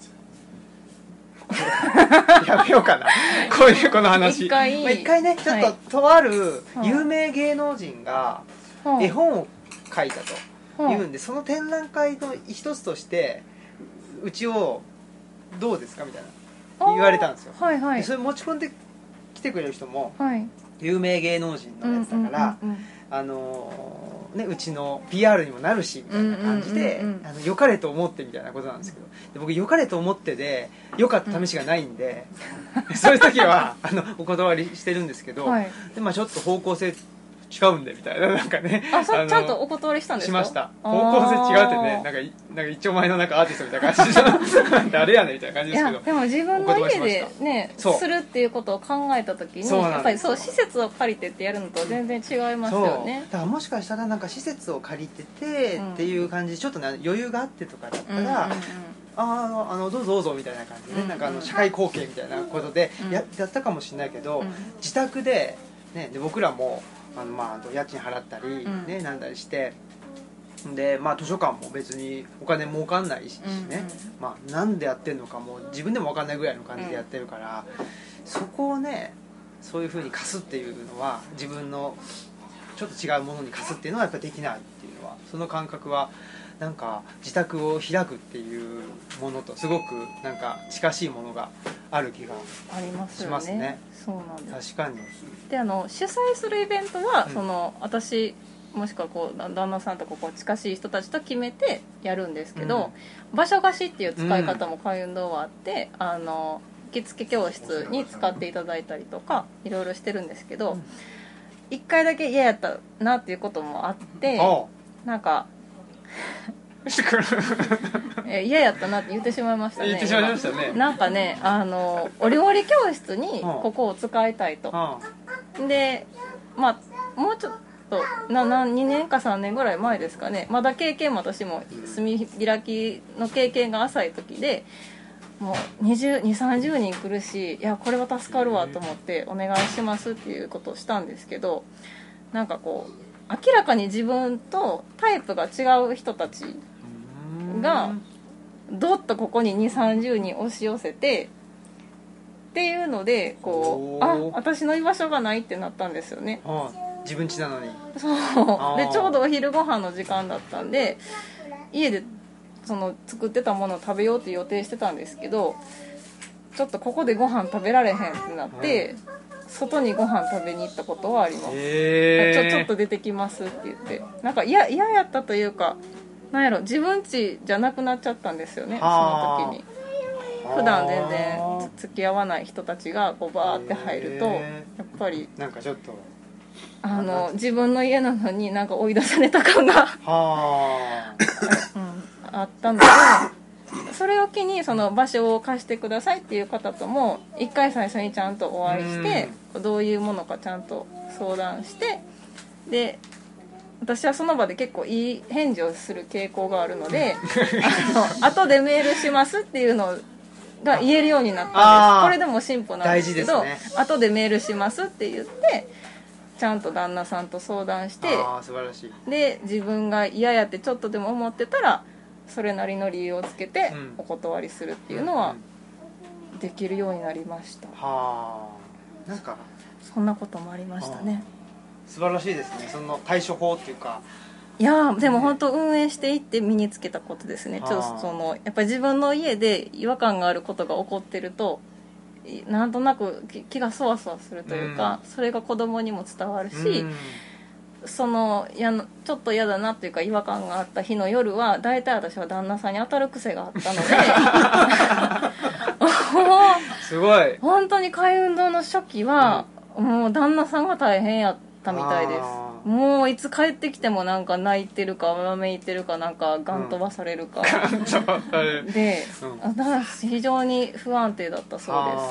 やめようかなこういうこの話。一回、まあ、一回ねちょっと、はい、とある有名芸能人が絵本を書いたというんで、その展覧会の一つとしてうちをどうですかみたいな言われたんですよ、 はいはい、 でそれ持ち込んで来てくれる人も、 はい、 有名芸能人のやつだから、うんうんうんうん、あのーね、うちの ピーアール にもなるしみたいな感じで、うんうんうんうん、あの良かれと思ってみたいなことなんですけど、で僕良かれと思ってで良かった試しがないんで、うん、そういう時はあのお断りしてるんですけど、はい、でまあ、ちょっと方向性違うんでみたいななんかね、 あそあちゃんとお断りしたんですか。 しました。方向性違うってね、なんかなんか一丁前のなんかアーティストみたいな感じで誰やねんみたいな感じですけど、いやでも自分の家でねするっていうことを考えた時にやっぱりそう施設を借りてってやるのと全然違いますよね。 だからもしかしたらなんか施設を借りててっていう感じでちょっと、ね、余裕があってとかだったら、うんうんうん、ああのどうぞどうぞみたいな感じで、ね、うんうん、なんかあの社会貢献みたいなことで や,、やったかもしれないけど、うん、自宅で、ね、で僕らもあのまあ家賃払ったり、ね、うん、なんだりしてで、まあ、図書館も別にお金儲かんないしね、うんうん、まあ、なんでやってるのかも自分でも分かんないぐらいの感じでやってるから、うん、そこをねそういう風に貸すっていうのは自分のちょっと違うものに貸すっていうのはやっぱりできないっていうのはその感覚はなんか自宅を開くっていうものとすごくなんか近しいものがある気がしますね。 ね、そうなんです。 確かに。 であの主催するイベントは、うん、その私もしくはこう旦那さんとこう近しい人たちと決めてやるんですけど、うん、場所貸しっていう使い方も開運堂はあって、うん、あの着付け教室に使っていただいたりとかいろいろしてるんですけど、いっかいだけ嫌やったなっていうこともあって、なんか嫌やったなって言ってしまいましたね。 言ってしまいましたね。 なんかねあのお料理教室にここを使いたいと、でまあもうちょっとななにねんかさんねんぐらい前ですかね、まだ経験も私も炭開きの経験が浅い時でもうにじゅう、にじゅう、さんじゅうにん来るし、いやこれは助かるわと思ってお願いしますっていうことをしたんですけど、なんかこう明らかに自分とタイプが違う人たちがどっとここににじゅう、さんじゅうにん押し寄せてっていうのでこうあ私の居場所がないってなったんですよね。 ああ自分家なのに。 そうでちょうどお昼ご飯の時間だったんで家でその作ってたものを食べようって予定してたんですけど、ちょっとここでご飯食べられへんってなって、 外にご飯食べに行ったことはあります。ちょ、ちょっと出てきますって言って、なんか嫌やったというか、なんやろ、自分家じゃなくなっちゃったんですよね、その時に。普段全然付き合わない人たちがこうバーって入ると、やっぱりなんかちょっとあの自分の家なのになんか追い出された感がは、 うん、あったので、それを機にその場所を貸してくださいっていう方とも一回最初にちゃんとお会いして、どういうものかちゃんと相談して、で私はその場で結構いい返事をする傾向があるのであの後でメールしますっていうのが言えるようになったんです。これでも進歩なんですけど、ね、後でメールしますって言ってちゃんと旦那さんと相談して、 あ素晴らしい。 で自分が嫌やってちょっとでも思ってたらそれなりの理由をつけてお断りするっていうのはできるようになりました。 はあ、なんかそんなこともありましたね。 素晴らしいですね、その対処法っていうか。 いやでも本当運営していって身につけたことですね。ちょっとそのやっぱり自分の家で違和感があることが起こってるとなんとなく気がそわそわするというか、うん、それが子供にも伝わるし、うん、そのやちょっと嫌だなというか違和感があった日の夜は大体私は旦那さんに当たる癖があったのですごい本当に開運動の初期は、うん、もう旦那さんが大変やったみたいです。もういつ帰ってきてもなんか泣いてるかわめいてるかなんかガン飛ばされるか、うん、ガン飛ばされるで、うん、だから非常に不安定だったそうです。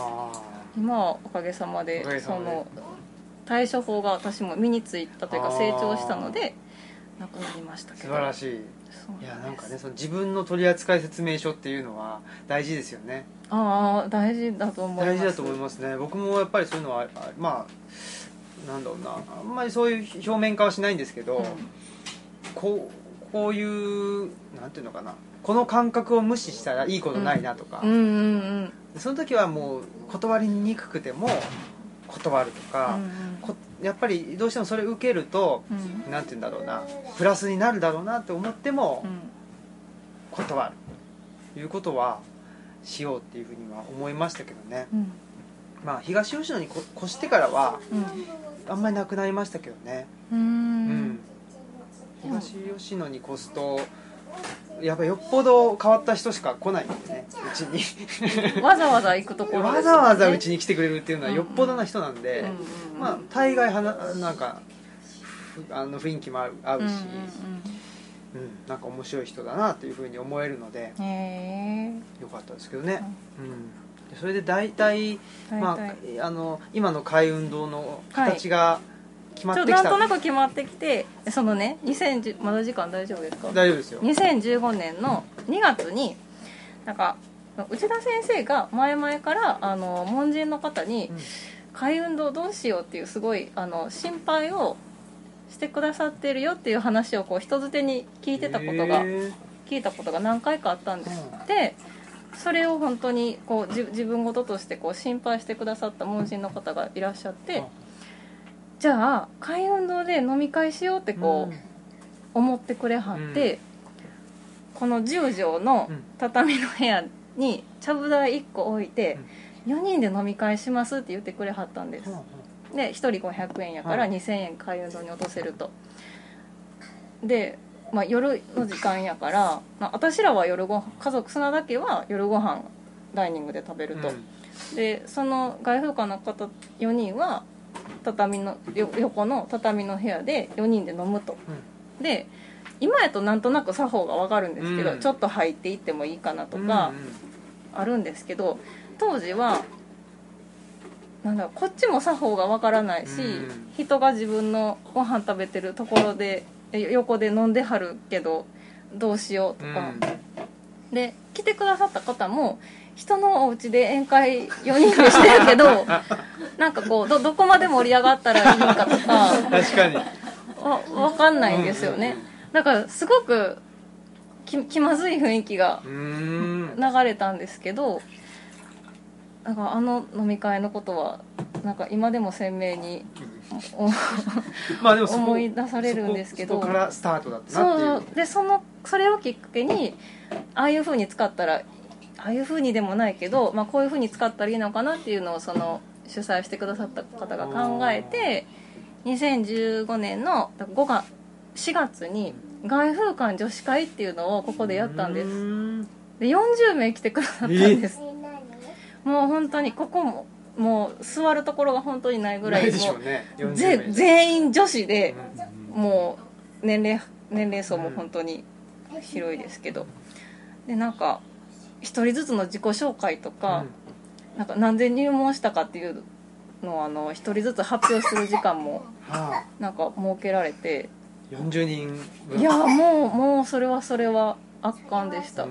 今はおかげさまでその対処法が私も身についたというか成長したのでなくなりましたけど。 素晴らしい。いやなんかね、その自分の取扱説明書っていうのは大事ですよね。 ああ大事だと思います。 大事だと思いますね。僕もやっぱりそういうのはまあなんだろうな、あんまりそういう表面化はしないんですけど、うん、こうこういうなんていうのかな、この感覚を無視したらいいことないなとか、 うんうんうんうん、 その時はもう断りにくくても断るとか、うんうん、こやっぱりどうしてもそれ受けると、うん、なんていうんだろうな、プラスになるだろうなと思っても断るということはしようっていうふうには思いましたけどね、うん、まあ東吉野に越してからは、うんあんまりなくなりましたけどね。うーん、うん、東吉野に越すとやっぱよっぽど変わった人しか来ないんでね、うちにわざわざ行くところですよね。 わざわざうちに来てくれるっていうのはよっぽどな人なんで、うんうん、まあ大概はな、なんかあの雰囲気も合うし、うんうんうんうん、なんか面白い人だなというふうに思えるのでよかったですけどね、うんうんそれで大体、まあ、あの今の開運動の形が決まってきた、 はい、なんとなく決まってきて、そのねにせんじゅうまだ時間大丈夫ですか？ 大丈夫ですよ。 にせんじゅうごねんのにがつになんか内田先生が前々からあの門人の方に、うん、開運動どうしようっていうすごいあの心配をしてくださってるよっていう話をこう人づてに聞いてたことが聞いたことが何回かあったんです、うん、でそれを本当にこう 自, 自分事としてこう心配してくださった門人の方がいらっしゃって、じゃあ開運動で飲み会しようってこう思ってくれはって、うん、このじゅうじょうの畳の部屋にちゃぶ台いっこ置いてよにんで飲み会しますって言ってくれはったんです。でひとりごひゃくえんやからにせんえん開運動に落とせると。でまあ、夜の時間やから、まあ、私らは夜ご家族砂だけは夜ご飯ダイニングで食べると、うん、でその外風館の方よにんは畳の横の畳の部屋でよにんで飲むと、うん、で今やとなんとなく作法が分かるんですけど、うん、ちょっと入っていってもいいかなとかあるんですけど、当時はなんだろう、こっちも作法が分からないし、うん、人が自分のご飯食べてるところで横で飲んではるけどどうしようとか、うん、で来てくださった方も人のお家で宴会よにんでしてるけどなんかこう ど, どこまで盛り上がったらいいかとか確かにわ分かんないんですよね。だからすごく 気, 気まずい雰囲気が流れたんですけど、なんかあの飲み会のことはなんか今でも鮮明にまあでも思い出されるんですけど、 そこからスタートだったなっていう。 そうで そ, のそれをきっかけにああいう風に使ったらああいう風にでもないけど、まあ、こういう風に使ったらいいのかなっていうのをその主催してくださった方が考えてにせんじゅうごねんのごがつしがつに外風館女子会っていうのをここでやったんです。でよんじゅうめい来てくださったんです、えー、もう本当にここももう座るところが本当にないぐらい、もう全員女子で、もう年齢年齢層も本当に広いですけど、でなんか一人ずつの自己紹介とか、うん、なんか何で入門したかっていうのをあの一人ずつ発表する時間もなんか設けられて、 よんじゅうにんぶん、 いやもうもうそれはそれは圧巻でした、うん、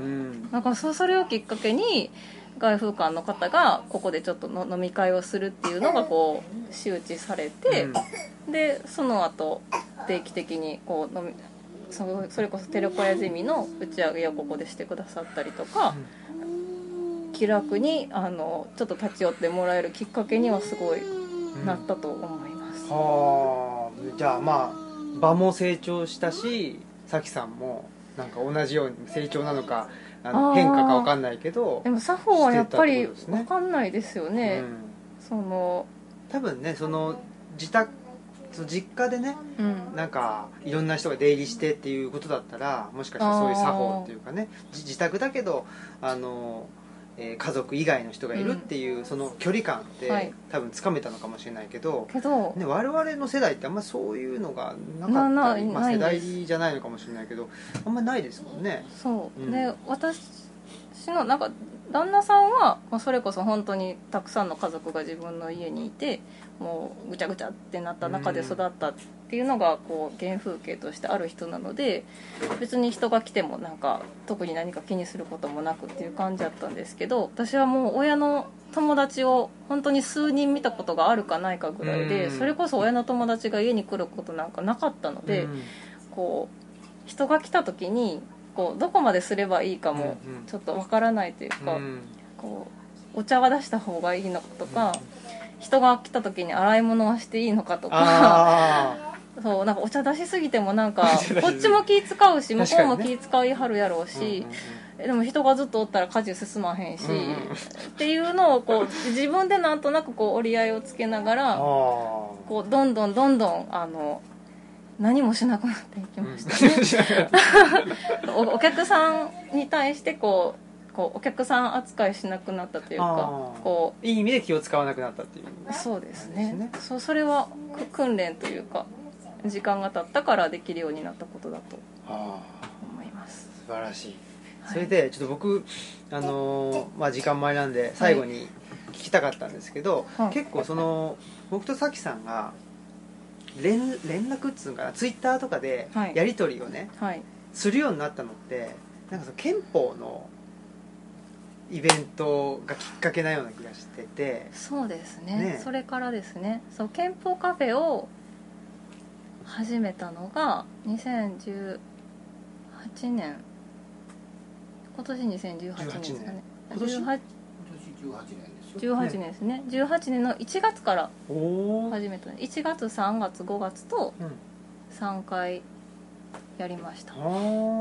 なんか そ, それをきっかけに外風館の方がここでちょっとの飲み会をするっていうのがこう周知されて、うん、でその後定期的にこう飲み そ, それこそテレコヤゼミの打ち上げをここでしてくださったりとか、うん、気楽にあのちょっと立ち寄ってもらえるきっかけにはすごいなったと思います、 うん、はあ、じゃあまあ場も成長したし、さきさんもなんか同じように成長なのかあの変化か分かんないけど、 でも作法はやっぱり分かんないですよね、うん、その多分ね、その自宅その実家でね、うん、なんかいろんな人が出入りしてっていうことだったら、もしかしたらそういう作法っていうかね、自宅だけどあの、えー、家族以外の人がいるっていう、うん、その距離感って、はい、多分つかめたのかもしれないけど、 けど、 ね、我々の世代ってあんまそういうのがなかったり、まあ、世代じゃないのかもしれないけど、あんまないですもんね。 そう、うん、で私のなんか旦那さんはそれこそ本当にたくさんの家族が自分の家にいて、もうぐちゃぐちゃってなった中で育ったっていうのがこう原風景としてある人なので、別に人が来てもなんか特に何か気にすることもなくっていう感じだったんですけど、私はもう親の友達を本当に数人見たことがあるかないかぐらいで、それこそ親の友達が家に来ることなんかなかったので、こう人が来た時にこうどこまですればいいかもちょっとわからないというか、こうお茶は出した方がいいのとか、人が来た時に洗い物はしていいのかとか、そうなんかお茶出しすぎてもなんかこっちも気使うし向こうも気使いはるやろうし、でも人がずっとおったら家事進まへんし、っていうのをこう自分でなんとなくこう折り合いをつけながら、こうどんどんどんどんあの何もしなくなっていきましたねお, お客さんに対してこうこうお客さん扱いしなくなったというか、こういい意味で気を使わなくなったっていう、 そうですね、ね、そ, それは訓練というか時間が経ったからできるようになったことだと思います。 素晴らしい。それでちょっと僕、あのーまあ、時間前なんで最後に聞きたかったんですけど、はい、結構その僕とさきさんが連, 連絡っつうかな、ツイッターとかでやり取りをね、はい、するようになったのってなんかその憲法のイベントがきっかけなような気がしてて。 そうです ね, ねそれからですね、そう憲法カフェを始めたのがにせんじゅうはちねん、今年にせんじゅうはちねんですかね。 今年じゅうはちねんですよ。 じゅうはちねんですね。じゅうはちねんのいちがつから始めた。いちがつさんがつごがつとさんかいやりました、うん、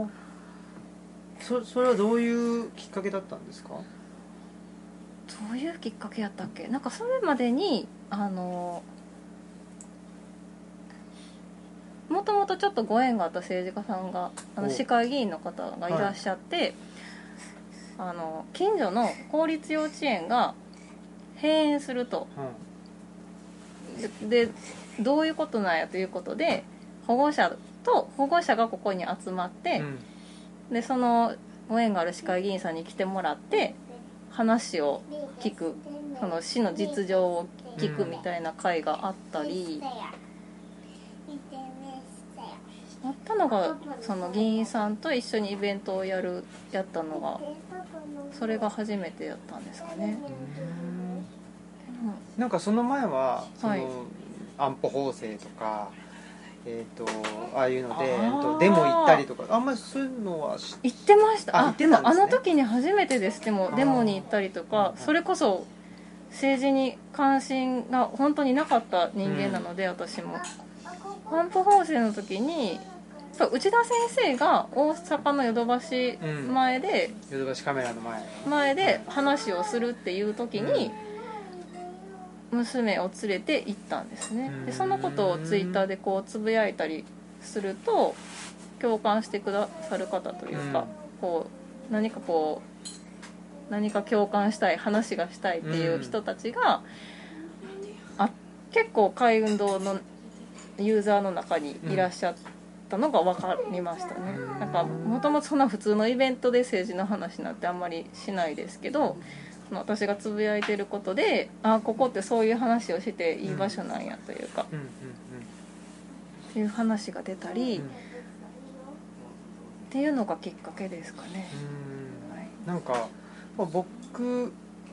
あ そ, それはどういうきっかけだったんですか？どういうきっかけやったっけ。なんかそれまでにあのもともとちょっとご縁があった政治家さんがあの市会議員の方がいらっしゃって、はい、あの近所の公立幼稚園が閉園すると、うん、で, でどういうことなんやということで保護者と保護者がここに集まって、うん、でそのご縁がある市会議員さんに来てもらって話を聞く、その市の実情を聞くみたいな会があったり、うん、あったのがその議員さんと一緒にイベントをやるやったのがそれが初めてやったんですかね。 うん、なんかその前はその、はい、安保法制とか、えー、とああいうのでデモ行ったりとか、あんまりそういうのは行ってました。あ、でもあの時に初めてです。でもデモに行ったりとか、それこそ政治に関心が本当になかった人間なので、うん、私も安保法制の時に内田先生が大阪のヨドバシ前で、 ヨドバシカメラの前前で話をするっていう時に、 娘を連れて行ったんですね。でそのことをツイッターでこうつぶやいたりすると共感してくださる方というか、こう何かこう何か共感したい話がしたいっていう人たちが、あ結構海運動のユーザーの中にいらっしゃったのが分かりましたね。なんかもともとそんな普通のイベントで政治の話なんてあんまりしないですけど、私がつぶやいてることで、あここってそういう話をしていい場所なんやというか、っていう話が出たり、っていうのがきっかけですかね。 うん、はい、なんか、まあ、僕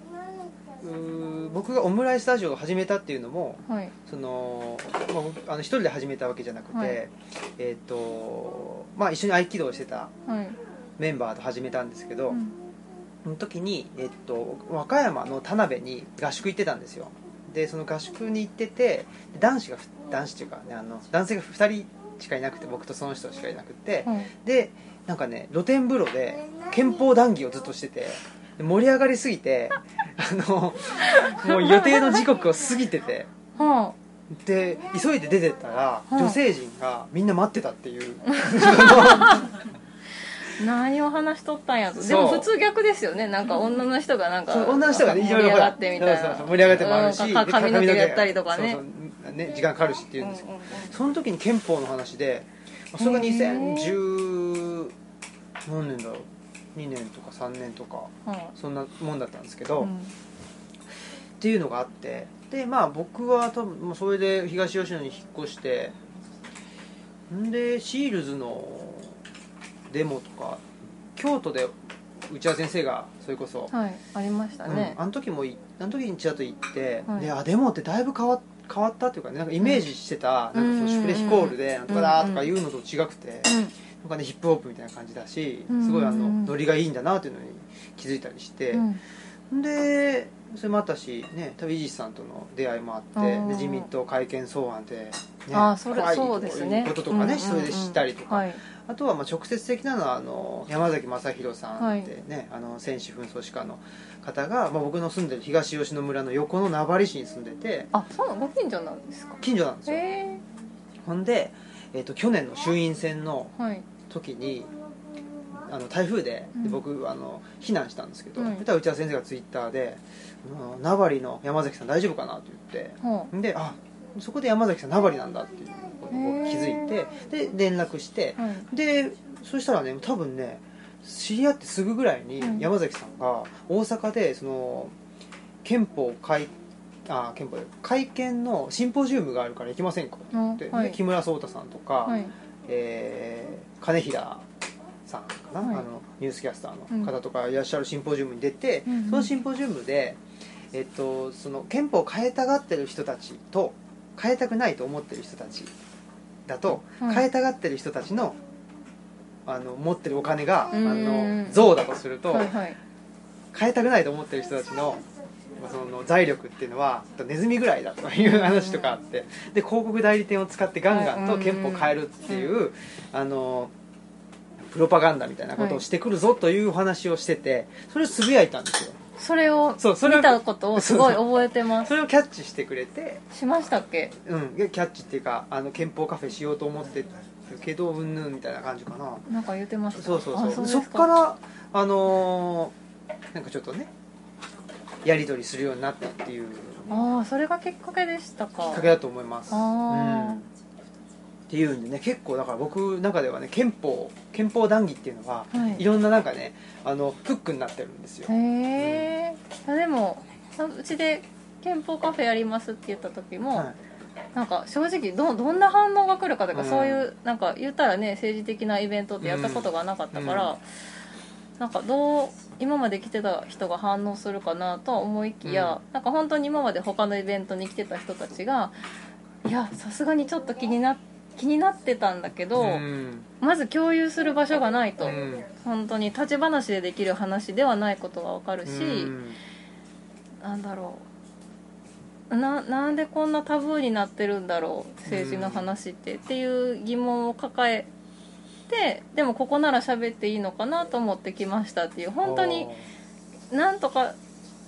僕がオムライスラジオを始めたっていうのも、はい、そのまあ、僕あの一人で始めたわけじゃなくて、はい、えーとまあ、一緒に合気道をしてたメンバーと始めたんですけど、はい、その時に、えーと、和歌山の田辺に合宿行ってたんですよ。でその合宿に行ってて、男子が男子っていうか、ね、あの男性がふたりしかいなくて、僕とその人しかいなくて、はい、でなんかね露天風呂で憲法談義をずっとしてて、盛り上がりすぎてあのもう予定の時刻を過ぎてて、はあ、で急いで出てったら、はあ、女性陣がみんな待ってたっていう何を話しとったんやと。でも普通逆ですよね。なんか女の人がなんか女の人がね盛り上がってみたいな、 そうそう盛り上がってもあるし、 うん、髪の毛やったりとかね、 そうそうね、時間かかるしっていうんですけど、うんうんうん、その時に憲法の話で、それがにせんじゅう何年だろう、にねんとかさんねんとか、うん、そんなもんだったんですけど、うん、っていうのがあって、でまあ僕は多分それで東吉野に引っ越して、んでシールズのデモとか京都で内田先生がそれこそ、 はい、ありましたね、 うん、あの時もあの時にちらっと行って、はい、であデモってだいぶ変わ変わったっていうかね、なんかイメージしてた、うん、なんかそのシュプレヒコールでなんとかだとかいうのと違くて、うん、なんかねヒップホップみたいな感じだし、すごいあのノリがいいんだなっていうのに気づいたりして、うん、でそれもあったしね、多分イージスさんとの出会いもあって、で自民党改憲草案で、ね、 あそれそうですね、 こととかね、うんうんうん、それで知ったりとか、 はい、 あとはまあ直接的なのはあの山崎正弘さんってね、はい、あの戦士紛争士家の方が、まあ、僕の住んでる東吉野村の横の名張市に住んでて、 あそうなの、ご近所なんですか。 近所なんですよ。ほんで、えー、と去年の衆院選の時に、はい、あの台風 で, で僕あの避難したんですけど、うん、そしたら内田先生がツイッターで「名張の山崎さん大丈夫かな?」って言って、うん、であそこで山崎さん名張なんだっていうことを気づいて、で連絡して、はい、でそしたらね多分ね知り合ってすぐぐらいに山崎さんが大阪でその憲法改あ憲法で改憲のシンポジウムがあるから行きませんかって言って、はい、木村壮太さんとか、はい、えー、金平さんかな、はい、あのニュースキャスターの方とかいらっしゃるシンポジウムに出て、うん、そのシンポジウムで、えっと、その憲法を変えたがってる人たちと変えたくないと思ってる人たちだと、はい、変えたがってる人たちのあの持ってるお金があの増だとすると、はいはい、変えたくないと思ってる人たちのその財力っていうのはネズミぐらいだという話とかあって、で広告代理店を使ってガンガンと憲法を変えるっていうあのプロパガンダみたいなことをしてくるぞというお話をしてて、それをつぶやいたんですよ。 それを見たことをすごい覚えてます。 それをキャッチしてくれて。 しましたっけ。 うん、キャッチっていうかあの憲法カフェしようと思ってるけどうんぬんみたいな感じかな。 なんか言ってました。 そうそうそう。そ, そっからあのー、なんかちょっとねやり取りするようになったっていう。 ああ、それがきっかけでしたか。 きっかけだと思います。 ああ。 うんっていうんでね、結構だから僕の中ではね憲法憲法談義っていうのは、はい、いろんななんかねあのフックになってるんですよ。 へえ、うん、でもうちで憲法カフェやりますって言った時も、はい、なんか正直 ど, どんな反応が来るかとか、うん、そういうなんか言ったらね政治的なイベントってやったことがなかったから、うんうん、なんかどう今まで来てた人が反応するかなとは思いきや、うん、なんか本当に今まで他のイベントに来てた人たちがいやさすがにちょっと気になって気になってたんだけど、うん、まず共有する場所がないと、うん、本当に立ち話でできる話ではないことが分かるし、うん、なんだろう な, なんでこんなタブーになってるんだろう政治の話って、うん、っていう疑問を抱えて、でもここなら喋っていいのかなと思ってきましたっていう、本当になんとか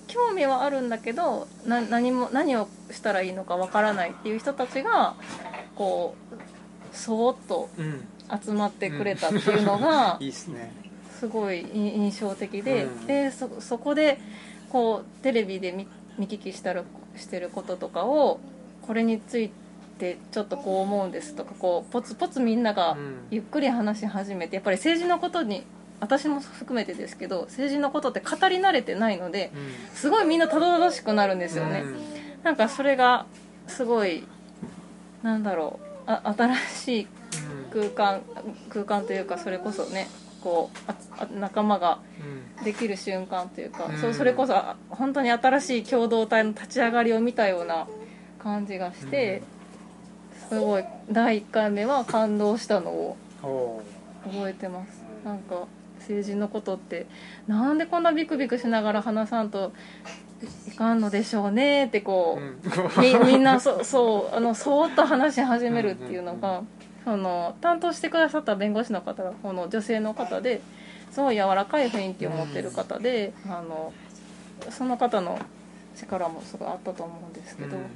興味はあるんだけどな何も何をしたらいいのかわからないっていう人たちがこうそーっと集まってくれたっていうのが、 うん、いいですね。 すごい印象的で、 うん、 で そ, そこでこうテレビで 見, 見聞きしたるしてることとかをこれについてちょっとこう思うんですとかこうポツポツみんながゆっくり話し始めて、やっぱり政治のことに私も含めてですけど政治のことって語り慣れてないので、うん、すごいみんなたどたどしくなるんですよね、うん、なんかそれがすごいなんだろうあ新しい空間、うん、空間というかそれこそねこうあ仲間ができる瞬間というか、うん、そ, それこそ本当に新しい共同体の立ち上がりを見たような感じがして、うん、すごいだいいっかいめは感動したのを覚えてます。なんか政治のことってなんでこんなビクビクしながら話さんといかんのでしょうねってこう、うん、み, みんな そ, そうあのそーっと話し始めるっていうのが、その担当してくださった弁護士の方がこの女性の方ですごい柔らかい雰囲気を持ってる方で、うん、あのその方の力もすごいあったと思うんですけど、うんうん、なん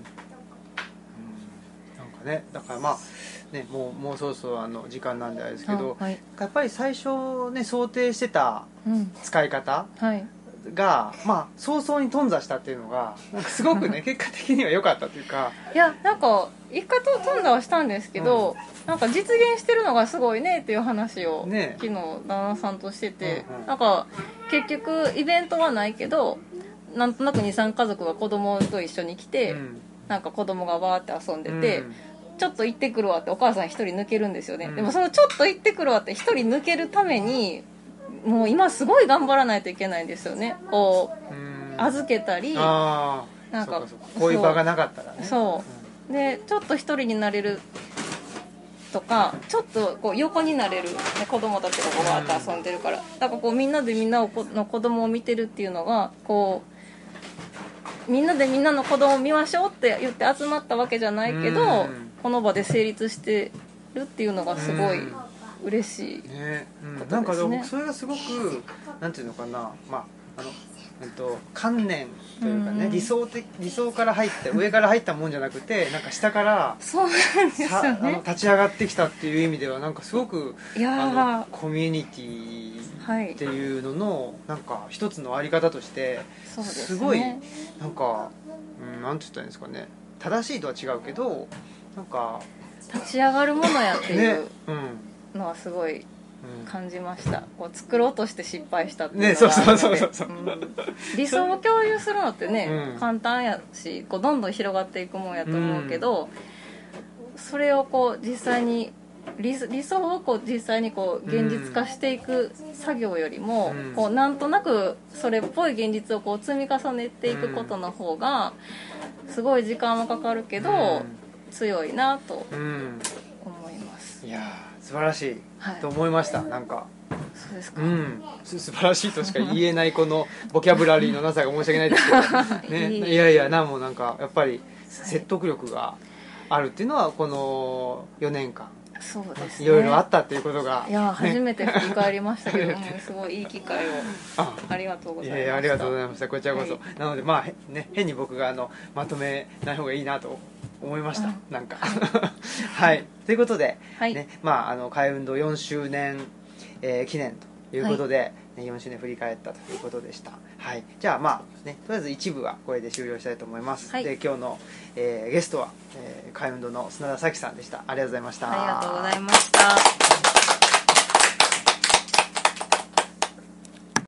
かねだからまあね、もう、もうそろそろあの時間なんであれですけど、はい、やっぱり最初ね想定してた使い方が、うんはいまあ、早々に頓挫したっていうのがなんかすごくね結果的には良かったというか、 いやなんか一回と頓挫はしたんですけど、うん、なんか実現してるのがすごいねっていう話を、ね、昨日旦那さんとしてて、うんうん、なんか結局イベントはないけどなんとなく にさん家族が子供と一緒に来て、うん、なんか子供がわーって遊んでて、うんちょっと行ってくるわってお母さん一人抜けるんですよね、うん、でもそのちょっと行ってくるわって一人抜けるためにもう今すごい頑張らないといけないんですよね。こう預けたりあなんかそうかそうかこういう場がなかったらねそう、うん、でちょっと一人になれるとかちょっとこう横になれる、ね、子供たちがこうわーって遊んでるから、だからこうみんなでみんなの子供を見てるっていうのがこうみんなでみんなの子供を見ましょうって言って集まったわけじゃないけど、うんこの場で成立してるっていうのがすごい嬉しいことですね。 ねうん、なんか僕それがすごくなんていうのかな、まああのえっと観念というかね、うん、理想的理想から入って上から入ったもんじゃなくてなんか下からそうなんですよね。 あの立ち上がってきたっていう意味ではなんかすごくいやあのコミュニティっていうののなんか一つのあり方としてすごいなんか、うん、なんて言ったらいいんですかね、正しいとは違うけどなんか立ち上がるものやっていうのはすごい感じました、ねうん、こう作ろうとして失敗したっていうのがあるので理想を共有するのってね、うん、簡単やしこうどんどん広がっていくもんやと思うけど、うん、それをこう実際に 理, 理想をこう実際にこう現実化していく作業よりも、うん、こうなんとなくそれっぽい現実をこう積み重ねていくことの方がすごい時間はかかるけど、うん強いなと思います、 うん、いや素晴らしい、はい、と思いました。なんかそうですか、 うん、素晴らしいとしか言えないこのボキャブラリーのなさが申し訳ないですけど、ね、いやいやなんもなんかやっぱり説得力があるっていうのはこのよねんかんそうですね、 いろいろあったっていうことが、 いや初めて振り返りましたけどもすごいいい機会を あ, ありがとうございました。いやいやありがとうございました。 こちらこそ、はい、なのでまあ、ね、変に僕があのまとめない方がいいなと思いました、うん、なんかはいということで、はいねまあ、あの海運動よんしゅうねん、えー、記念ということで、はいね、よんしゅうねん振り返ったということでした、はい、じゃあまあねとりあえず一部はこれで終了したいと思います、はい、で今日の、えー、ゲストは、えー、海運動の砂田咲さんでした。ありがとうございました。 ありがとうございました。